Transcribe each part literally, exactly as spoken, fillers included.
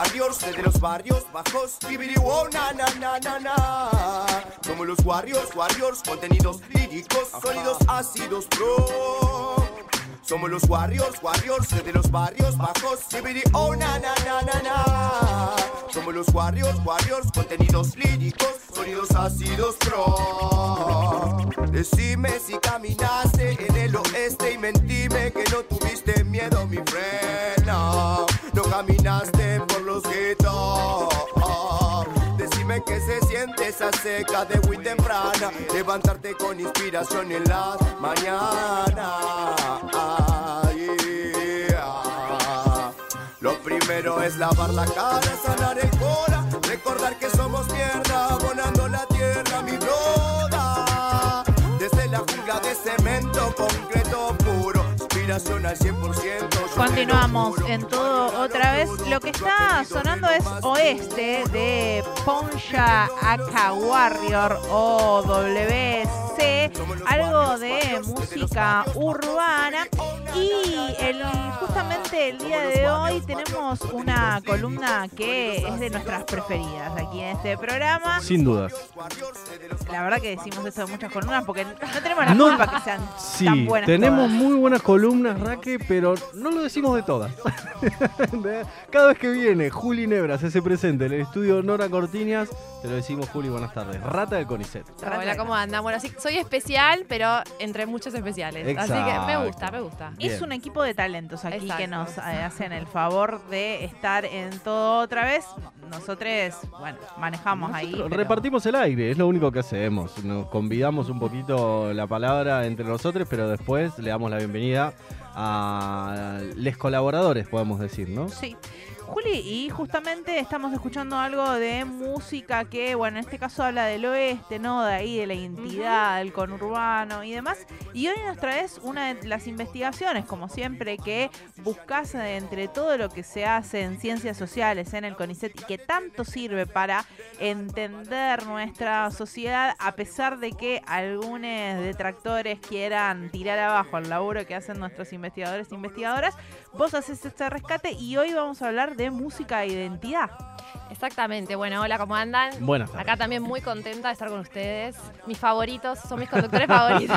warriors desde los barrios bajos. Bibiri wow na na na na na. Somos los warriors, warriors, contenidos líricos, sólidos, ácidos, pro. Somos los warriors, warriors desde los barrios bajos. Bibiri oh na na na na na. Somos los warriors, warriors, contenidos líricos, sólidos, ácidos, pro. Decime si caminaste en el oeste y mentime que no tuviste miedo, mi friend. No, no caminaste por los guetos. Decime que se siente esa seca de muy temprana, levantarte con inspiración en las mañanas. Yeah. Lo primero es lavar la cara, sanar el cora, recordar que somos mierda, abonando la tierra, mi broda. Desde la jungla de cemento, concreto puro, inspiración al cien por ciento. Continuamos en todo otra vez. Lo que está sonando es Oeste de Poncha Aka Warrior o W C, algo de música urbana. Y el, justamente el día de hoy tenemos una columna que es de nuestras preferidas aquí en este programa. Sin dudas. La verdad que decimos eso de muchas columnas porque no tenemos la no, culpa que sean sí, tan buenas. Tenemos todas. muy buenas columnas, Raque, pero no lo decimos de todas. Cada vez que viene Juli Nebra se hace presente en el estudio Nora Cortiñas, te lo decimos, Juli, buenas tardes. Rata del CONICET. Hola, ¿cómo andan? Bueno, sí, soy especial, pero entre muchos especiales. Exacto. Así que me gusta, me gusta. Es Bien. un equipo de talentos aquí Exacto. que nos eh, hacen el favor de estar en todo otra vez. Nosotros, bueno, manejamos ahí. Nosotros pero- repartimos el aire, es lo único que hacemos. Nos convidamos un poquito la palabra entre nosotros, pero después le damos la bienvenida a les colaboradores, podemos decir, ¿no? Sí. Juli, y justamente estamos escuchando algo de música que, bueno, en este caso habla del oeste, ¿no? De ahí, de la identidad, del conurbano y demás. Y hoy nos traes una de las investigaciones, como siempre, que buscas de entre todo lo que se hace en ciencias sociales en el CONICET y que tanto sirve para entender nuestra sociedad, a pesar de que algunos detractores quieran tirar abajo el laburo que hacen nuestros investigadores e investigadoras. Vos haces este rescate y hoy vamos a hablar de música e identidad. Exactamente. Bueno, hola, ¿cómo andan? Buenas tardes. Acá también muy contenta de estar con ustedes. Mis favoritos, son mis conductores favoritos.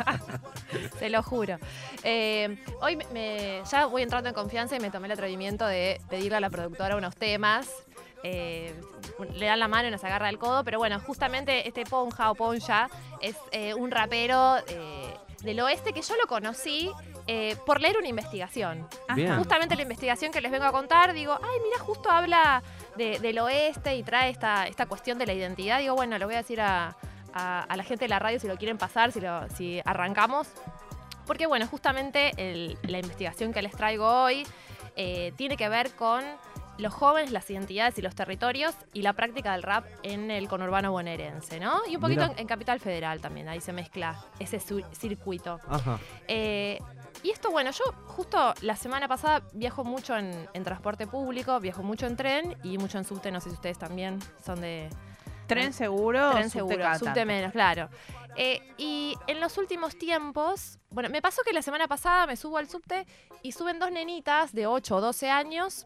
Se lo juro. Eh, hoy me- me, ya voy entrando en confianza y me tomé el atrevimiento de pedirle a la productora unos temas. Eh, le dan la mano y nos agarra el codo, pero bueno, justamente este Ponja o Poncha es eh, un rapero eh, del oeste que yo lo conocí eh, por leer una investigación. Bien. Justamente la investigación que les vengo a contar, digo, ay, mira, justo habla de- del oeste y trae esta, esta cuestión de la identidad. Digo, bueno, lo voy a decir a, a- a la gente de la radio si lo quieren pasar, si, lo, si arrancamos. Porque bueno, justamente el- la investigación que les traigo hoy eh, tiene que ver con los jóvenes, las identidades y los territorios y la práctica del rap en el conurbano bonaerense, ¿no? Y un poquito Mirá. en, en Capital Federal también, ahí se mezcla ese su- circuito. Ajá. Eh, y esto, bueno, yo justo la semana pasada viajo mucho en, en transporte público, viajo mucho en tren y mucho en subte, no sé si ustedes también son de... Tren seguro, Tren subte seguro, cada subte tanto. menos, claro. Eh, y en los últimos tiempos, bueno, me pasó que la semana pasada me subo al subte y suben dos nenitas de ocho o doce años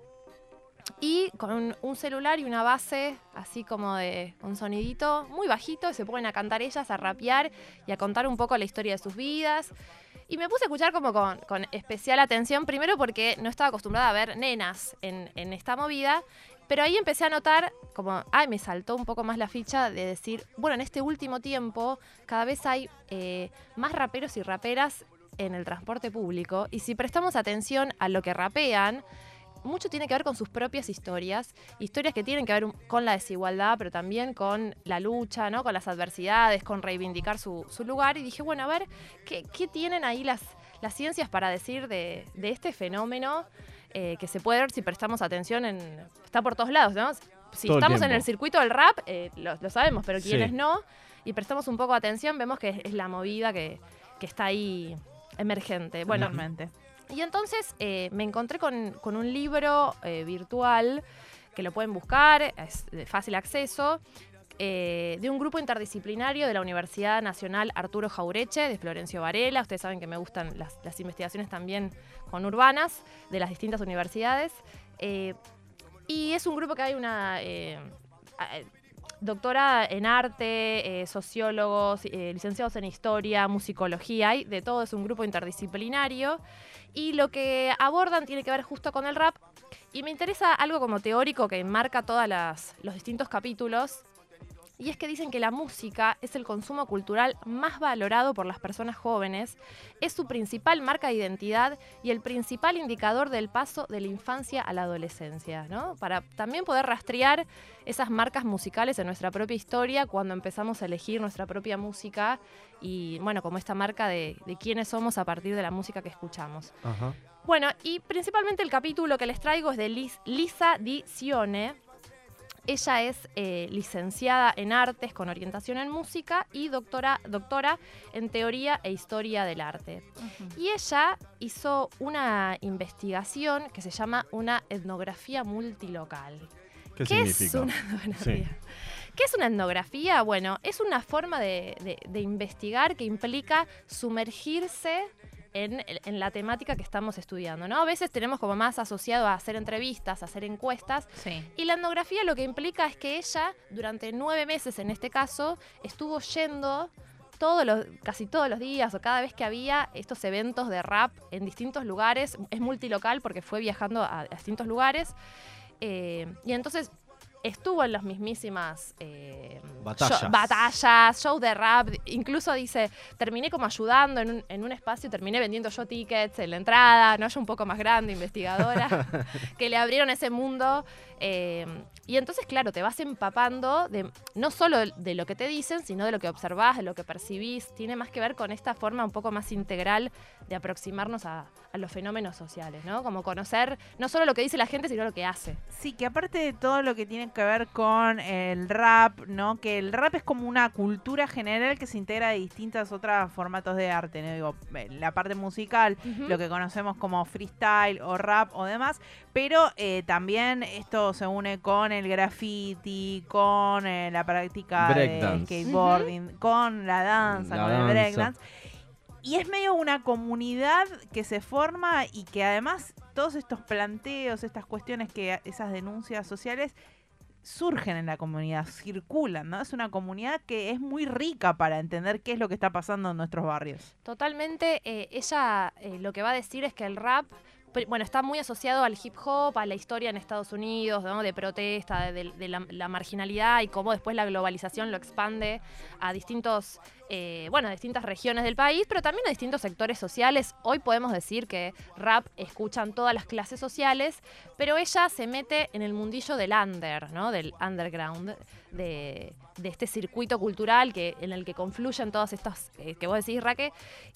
y con un, un celular y una base así como de un sonidito muy bajito y se ponen a cantar ellas, a rapear y a contar un poco la historia de sus vidas. Y me puse a escuchar como con, con especial atención, primero porque no estaba acostumbrada a ver nenas en, en esta movida, pero ahí empecé a notar como, ay, me saltó un poco más la ficha de decir, bueno, en este último tiempo cada vez hay eh, más raperos y raperas en el transporte público y si prestamos atención a lo que rapean, mucho tiene que ver con sus propias historias, historias que tienen que ver un- con la desigualdad, pero también con la lucha, ¿no? Con las adversidades, con reivindicar su, su lugar. Y dije, bueno, a ver, ¿qué, qué tienen ahí las, las ciencias para decir de, de este fenómeno eh, que se puede ver si prestamos atención en... Está por todos lados, ¿no? Si Todo el estamos en tiempo. el circuito del rap, eh, lo, lo sabemos, pero Sí. quienes no, y prestamos un poco de atención, vemos que es, es la movida que, que está ahí emergente. Bueno, Totalmente. y entonces eh, me encontré con, con un libro eh, virtual que lo pueden buscar, es de fácil acceso, eh, de un grupo interdisciplinario de la Universidad Nacional Arturo Jaureche, de Florencio Varela. Ustedes saben que me gustan las, las investigaciones también conurbanas de las distintas universidades. Eh, Y es un grupo que hay una eh, doctora en arte, eh, sociólogos, eh, licenciados en historia, musicología, hay de todo, es un grupo interdisciplinario. Y lo que abordan tiene que ver justo con el rap. Y me interesa algo como teórico que marca todos los distintos capítulos. Y es que dicen que la música es el consumo cultural más valorado por las personas jóvenes, es su principal marca de identidad y el principal indicador del paso de la infancia a la adolescencia, ¿no? Para también poder rastrear esas marcas musicales en nuestra propia historia cuando empezamos a elegir nuestra propia música y, bueno, como esta marca de, de quiénes somos a partir de la música que escuchamos. Ajá. Bueno, y principalmente el capítulo que les traigo es de Lis- Lisa Di Cione. Ella es eh, licenciada en artes con orientación en música y doctora, doctora en teoría e historia del arte. Uh-huh. Y ella hizo una investigación que se llama una etnografía multilocal. ¿Qué, ¿Qué significa? es una etnografía? Sí. ¿Qué es una etnografía? Bueno, es una forma de, de, de investigar que implica sumergirse En, en la temática que estamos estudiando, ¿no? A veces tenemos como más asociado a hacer entrevistas, a hacer encuestas. Sí. Y la etnografía lo que implica es que ella, durante nueve meses en este caso, estuvo yendo todos los, casi todos los días o cada vez que había estos eventos de rap en distintos lugares. Es multilocal porque fue viajando a, a distintos lugares. Eh, y entonces estuvo en las mismísimas eh, batallas. Show, batallas, shows de rap. Incluso dice, terminé como ayudando en un, en un espacio, terminé vendiendo yo tickets en la entrada, no, yo un poco más grande, investigadora, que le abrieron ese mundo. Eh, y entonces, claro, te vas empapando de no solo de lo que te dicen, sino de lo que observás, de lo que percibís. Tiene más que ver con esta forma un poco más integral de aproximarnos a, a los fenómenos sociales, ¿no? Como conocer no solo lo que dice la gente, sino lo que hace. Sí, que aparte de todo lo que tiene que ver con el rap, ¿no? Que el rap es como una cultura general que se integra de distintos otros formatos de arte, ¿no? Digo, la parte musical, uh-huh. lo que conocemos como freestyle o rap o demás, pero eh, también esto se une con el graffiti, con eh, la práctica de skateboarding, uh-huh. con la danza, la con danza. el breakdance. Y es medio una comunidad que se forma y que además todos estos planteos, estas cuestiones, que esas denuncias sociales surgen en la comunidad, circulan, ¿no? Es una comunidad que es muy rica para entender qué es lo que está pasando en nuestros barrios. Totalmente. Eh, ella eh, lo que va a decir es que el rap, bueno, está muy asociado al hip hop, a la historia en Estados Unidos, ¿no? De protesta, de, de, de la, la marginalidad y cómo después la globalización lo expande a distintos, eh, bueno, a distintas regiones del país, pero también a distintos sectores sociales. Hoy podemos decir que rap escuchan todas las clases sociales, pero ella se mete en el mundillo del under, ¿no? Del underground, de, de este circuito cultural que, en el que confluyen todas estas eh, que vos decís, Raque,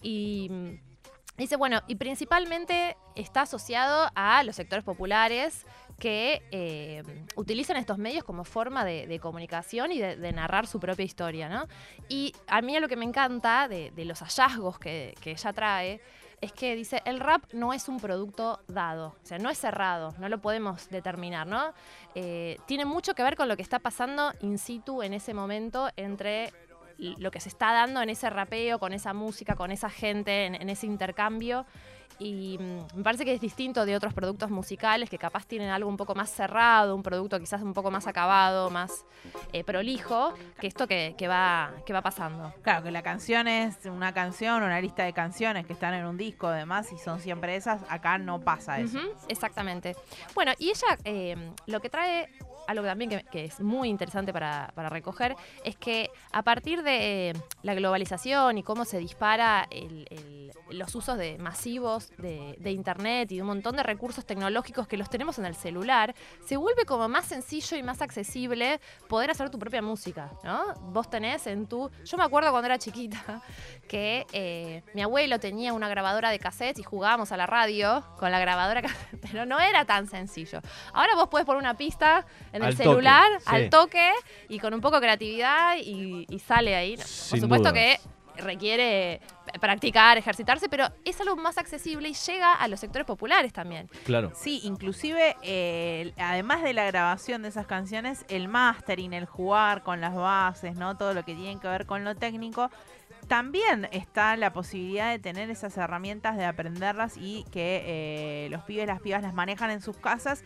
y dice, bueno, y principalmente está asociado a los sectores populares que eh, utilizan estos medios como forma de, de comunicación y de, de narrar su propia historia, ¿no? Y a mí lo que me encanta de, de los hallazgos que, que ella trae es que dice, el rap no es un producto dado, o sea, no es cerrado, no lo podemos determinar, ¿no? Eh, tiene mucho que ver con lo que está pasando in situ en ese momento entre lo que se está dando en ese rapeo, con esa música, con esa gente, en, en ese intercambio. Y mm, me parece que es distinto de otros productos musicales que capaz tienen algo un poco más cerrado, un producto quizás un poco más acabado, más eh, prolijo, que esto que, que, va, que va pasando. Claro, que la canción es una canción, una lista de canciones que están en un disco, además, y son siempre esas. Acá no pasa eso. Uh-huh, exactamente. Bueno, y ella eh, lo que trae, algo también que, que es muy interesante para, para recoger, es que a partir de eh, la globalización y cómo se dispara el, el, los usos de masivos de, de internet y de un montón de recursos tecnológicos que los tenemos en el celular, se vuelve como más sencillo y más accesible poder hacer tu propia música, ¿no? Vos tenés en tu... Yo me acuerdo cuando era chiquita que eh, mi abuelo tenía una grabadora de cassettes y jugábamos a la radio con la grabadora, pero no era tan sencillo. Ahora vos podés poner una pista en el al celular, toque, sí. al toque, y con un poco de creatividad y, y sale ahí. Sin Por supuesto dudas. que requiere practicar, ejercitarse, pero es algo más accesible y llega a los sectores populares también. Claro. Sí, inclusive, eh, además de la grabación de esas canciones, el mastering, el jugar con las bases, ¿no? Todo lo que tiene que ver con lo técnico. También está la posibilidad de tener esas herramientas, de aprenderlas y que eh, los pibes y las pibas las manejan en sus casas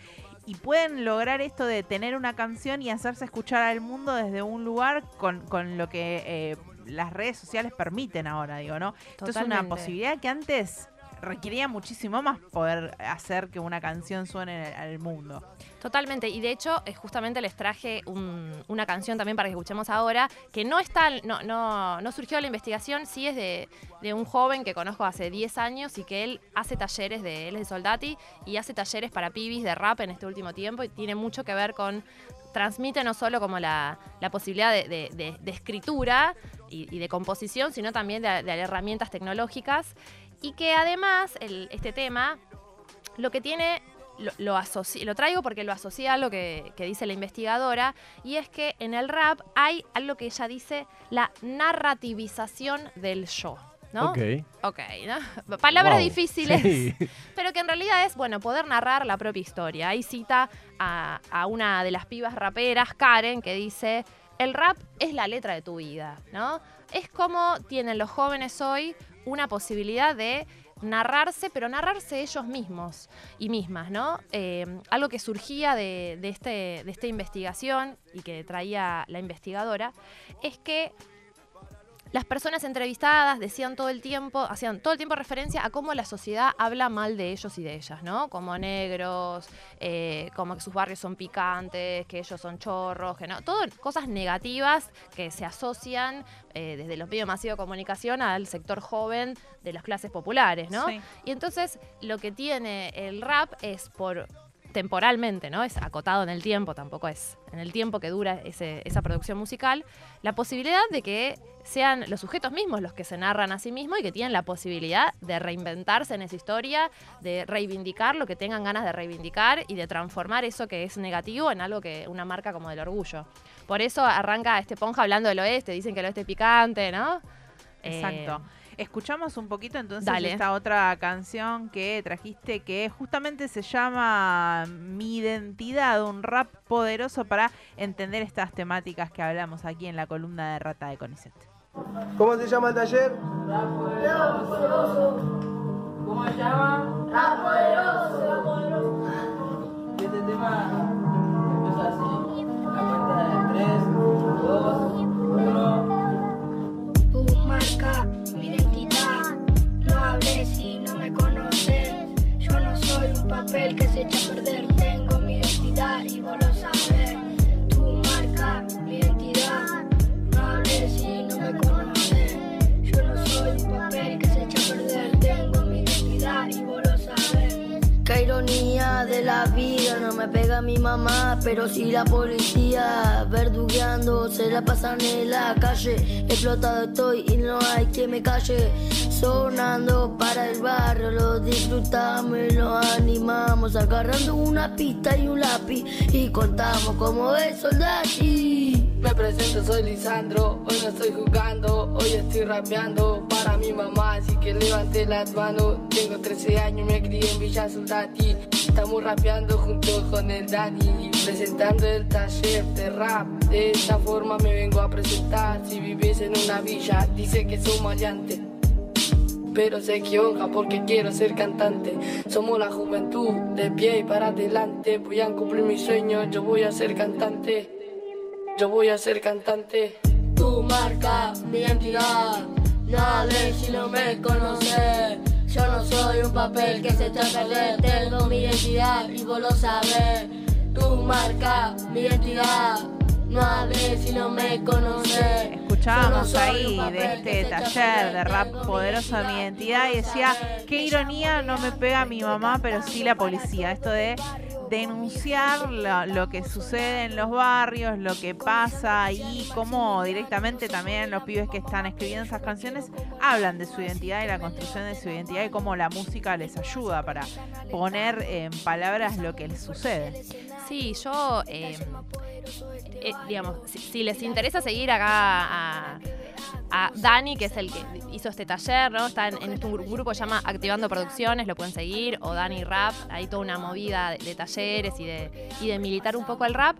y pueden lograr esto de tener una canción y hacerse escuchar al mundo desde un lugar con, con lo que eh, las redes sociales permiten ahora, digo, ¿no? Esto es una posibilidad que antes requería muchísimo más poder hacer que una canción suene al mundo. Totalmente, y de hecho eh, justamente les traje un, una canción también para que escuchemos ahora, que no está, no, no, no surgió de la investigación, sí es de, de un joven que conozco hace diez años y que él hace talleres, de él es de Soldati, y hace talleres para pibis de rap en este último tiempo, y tiene mucho que ver con, transmite no solo como la, la posibilidad de, de, de, de escritura y, y de composición, sino también de, de herramientas tecnológicas, y que además el, este tema lo que tiene... Lo, lo, asoci- lo traigo porque lo asocia a lo que, que dice la investigadora, y es que en el rap hay algo que ella dice, la narrativización del yo, ¿no? Ok. Ok, ¿no? Palabras Wow. difíciles, Sí. pero que en realidad es, bueno, poder narrar la propia historia. Ahí cita a, a una de las pibas raperas, Karen, que dice, el rap es la letra de tu vida, ¿no? Es como tienen los jóvenes hoy una posibilidad de narrarse, pero narrarse ellos mismos y mismas, ¿no? Eh, algo que surgía de, de, este, de esta investigación y que traía la investigadora es que las personas entrevistadas decían todo el tiempo, hacían todo el tiempo referencia a cómo la sociedad habla mal de ellos y de ellas, ¿no? Como negros, eh, como que sus barrios son picantes, que ellos son chorros, que no, todo cosas negativas que se asocian eh, desde los medios masivos de comunicación al sector joven de las clases populares, ¿no? Sí. Y entonces lo que tiene el rap es por temporalmente, ¿no? Es acotado en el tiempo, tampoco es en el tiempo que dura ese, esa producción musical, la posibilidad de que sean los sujetos mismos los que se narran a sí mismos y que tienen la posibilidad de reinventarse en esa historia, de reivindicar lo que tengan ganas de reivindicar y de transformar eso que es negativo en algo que una marca como del orgullo. Por eso arranca este Ponja hablando del oeste, dicen que el oeste es picante, ¿no? Exacto. Eh, Escuchamos un poquito entonces Dale. esta otra canción que trajiste, que justamente se llama Mi Identidad, un rap poderoso para entender estas temáticas que hablamos aquí en la columna de Rata de Conicet. ¿Cómo se llama el taller? Rap poderoso. ¿Cómo se llama? Rap poderoso. Rap poderoso. Y este tema empieza así. La cuenta de tres, dos, uno. Tu marca, mi identidad. No hables si no me conoces. Yo no soy un papel que se echa a perder. Tengo mi identidad y vos lo sabés. Tu marca, mi identidad. No hables si no me conoces. Yo no soy un papel que se echa a perder. Tengo mi identidad y vos lo sabés. Qué ironía de la vida, no me pega mi mamá, pero si la policía verdugueando se la pasan en la calle. Explotado estoy y no hay quien me calle. Sonando para el barrio, lo disfrutamos y lo animamos, agarrando una pista y un lápiz y contamos como es Soldati. Me presento, soy Lisandro. Hoy no estoy jugando, hoy estoy rapeando para mi mamá, así que levante las manos. Tengo trece años, me crié en Villa Soldati. Estamos rapeando junto con el Dani, presentando el taller de rap. De esta forma me vengo a presentar. Si vives en una villa, dice que soy maleante, pero se equivoca porque quiero ser cantante. Somos la juventud, de pie y para adelante. Voy a cumplir mi sueño, yo voy a ser cantante. Yo voy a ser cantante. Tu marca, mi identidad. No hables si no me conoces. Yo no soy un papel que se echa a perder. Tengo mi identidad y vos lo sabés. Tu marca, mi identidad. No hables si no me conoces. Escuchábamos ahí de este taller de rap poderoso de mi identidad y decía, qué ironía, no me pega mi mamá, pero sí la policía. Esto de denunciar lo, lo que sucede en los barrios, lo que pasa y cómo directamente también los pibes que están escribiendo esas canciones hablan de su identidad y la construcción de su identidad y cómo la música les ayuda para poner en palabras lo que les sucede. Sí, yo, eh, eh, digamos, si, si les interesa seguir acá a, a Dani, que es el que hizo este taller, ¿no? Está en, en este grupo que se llama Activando Producciones, lo pueden seguir, o Dani Rap, hay toda una movida de, de talleres y de, y de militar un poco el rap.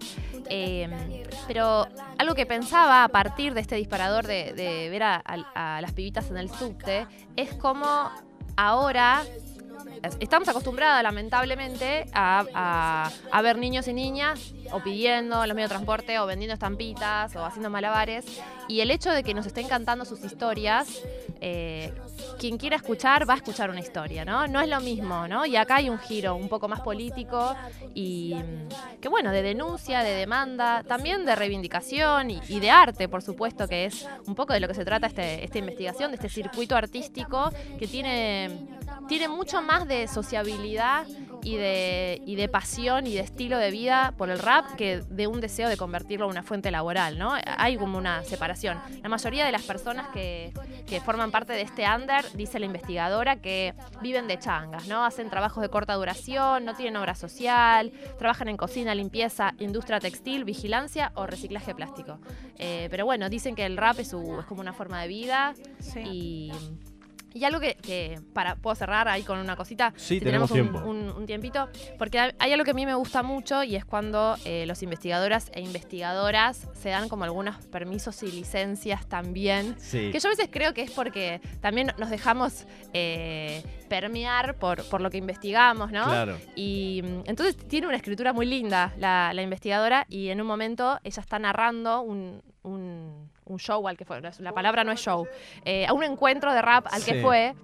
Eh, pero algo que pensaba a partir de este disparador de, de ver a, a, a las pibitas en el subte es cómo ahora estamos acostumbradas, lamentablemente, a, a, a ver niños y niñas o pidiendo en los medios de transporte o vendiendo estampitas o haciendo malabares. Y el hecho de que nos estén cantando sus historias, eh, quien quiera escuchar va a escuchar una historia, ¿no? No es lo mismo, ¿no? Y acá hay un giro un poco más político y que, bueno, de denuncia, de demanda, también de reivindicación y, y de arte, por supuesto, que es un poco de lo que se trata este, esta investigación, de este circuito artístico que tiene, tiene mucho más de sociabilidad y de, y de pasión y de estilo de vida por el rap que de un deseo de convertirlo en una fuente laboral, ¿no? Hay como una separación. La mayoría de las personas que, que forman parte de este under, dice la investigadora, que viven de changas, ¿no? Hacen trabajos de corta duración, no tienen obra social, trabajan en cocina, limpieza, industria textil, vigilancia o reciclaje plástico. Eh, pero bueno, dicen que el rap es, su, es como una forma de vida. Sí. y... Y algo que, que para puedo cerrar ahí con una cosita, sí, si tenemos, tenemos un, tiempo. un, un tiempito, porque hay algo que a mí me gusta mucho y es cuando eh, los investigadoras e investigadoras se dan como algunos permisos y licencias también, sí. que yo a veces creo que es porque también nos dejamos eh, permear por, por lo que investigamos, ¿no? Claro. Y entonces tiene una escritura muy linda la, la investigadora y en un momento ella está narrando un... un un show al que fue, la palabra no es show, eh, a un encuentro de rap al que sí. fue,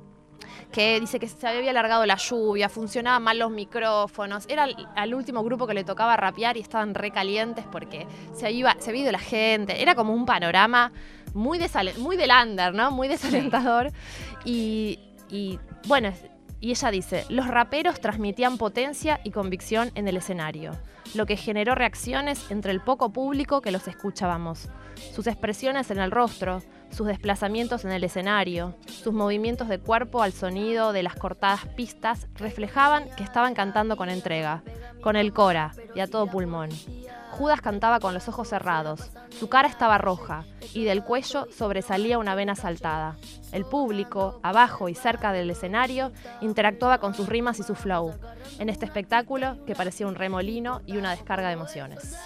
que dice que se había alargado la lluvia, funcionaban mal los micrófonos, era al, al último grupo que le tocaba rapear y estaban re calientes porque se, iba, se había ido la gente, era como un panorama muy, desal- muy del under, ¿no? Muy desalentador. Y, y bueno, y ella dice, los raperos transmitían potencia y convicción en el escenario, lo que generó reacciones entre el poco público que los escuchábamos. Sus expresiones en el rostro, sus desplazamientos en el escenario, sus movimientos de cuerpo al sonido de las cortadas pistas reflejaban que estaban cantando con entrega, con el cora y a todo pulmón. Judas cantaba con los ojos cerrados, su cara estaba roja y del cuello sobresalía una vena saltada. El público, abajo y cerca del escenario, interactuaba con sus rimas y su flow, en este espectáculo que parecía un remolino y una descarga de emociones.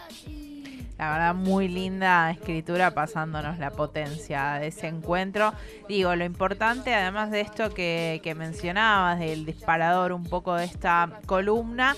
La verdad, muy linda escritura pasándonos la potencia de ese encuentro. Digo, lo importante, además de esto que, que mencionabas, del disparador un poco de esta columna,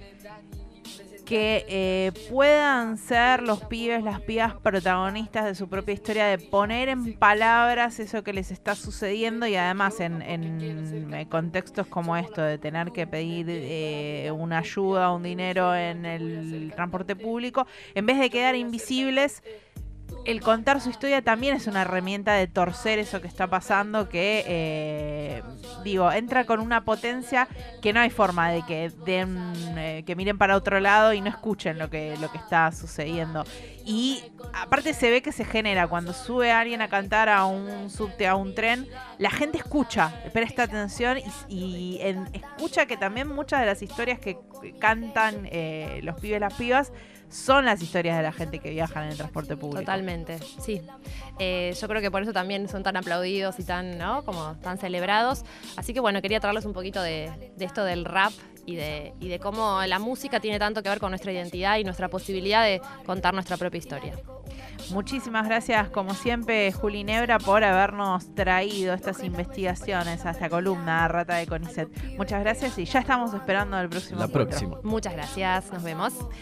que eh, puedan ser los pibes, las pibas protagonistas de su propia historia, de poner en palabras eso que les está sucediendo y además en, en contextos como esto, de tener que pedir eh, una ayuda, un dinero en el transporte público, en vez de quedar invisibles. El contar su historia también es una herramienta de torcer eso que está pasando, que, eh, digo, entra con una potencia que no hay forma de que den, eh, que miren para otro lado y no escuchen lo que, lo que está sucediendo. Y aparte se ve que se genera cuando sube alguien a cantar a un subte, a un tren, la gente escucha, presta atención y, y en, escucha que también muchas de las historias que cantan eh, los pibes y las pibas son las historias de la gente que viaja en el transporte público. Totalmente, sí. Eh, yo creo que por eso también son tan aplaudidos y tan, ¿no? Como tan celebrados. Así que bueno, quería traerles un poquito de, de esto del rap y de, y de cómo la música tiene tanto que ver con nuestra identidad y nuestra posibilidad de contar nuestra propia historia. Muchísimas gracias, como siempre, Juli Nebra, por habernos traído estas investigaciones a esta columna Rata de CONICET. Muchas gracias y ya estamos esperando el próximo La encuentro. próxima. Muchas gracias, nos vemos.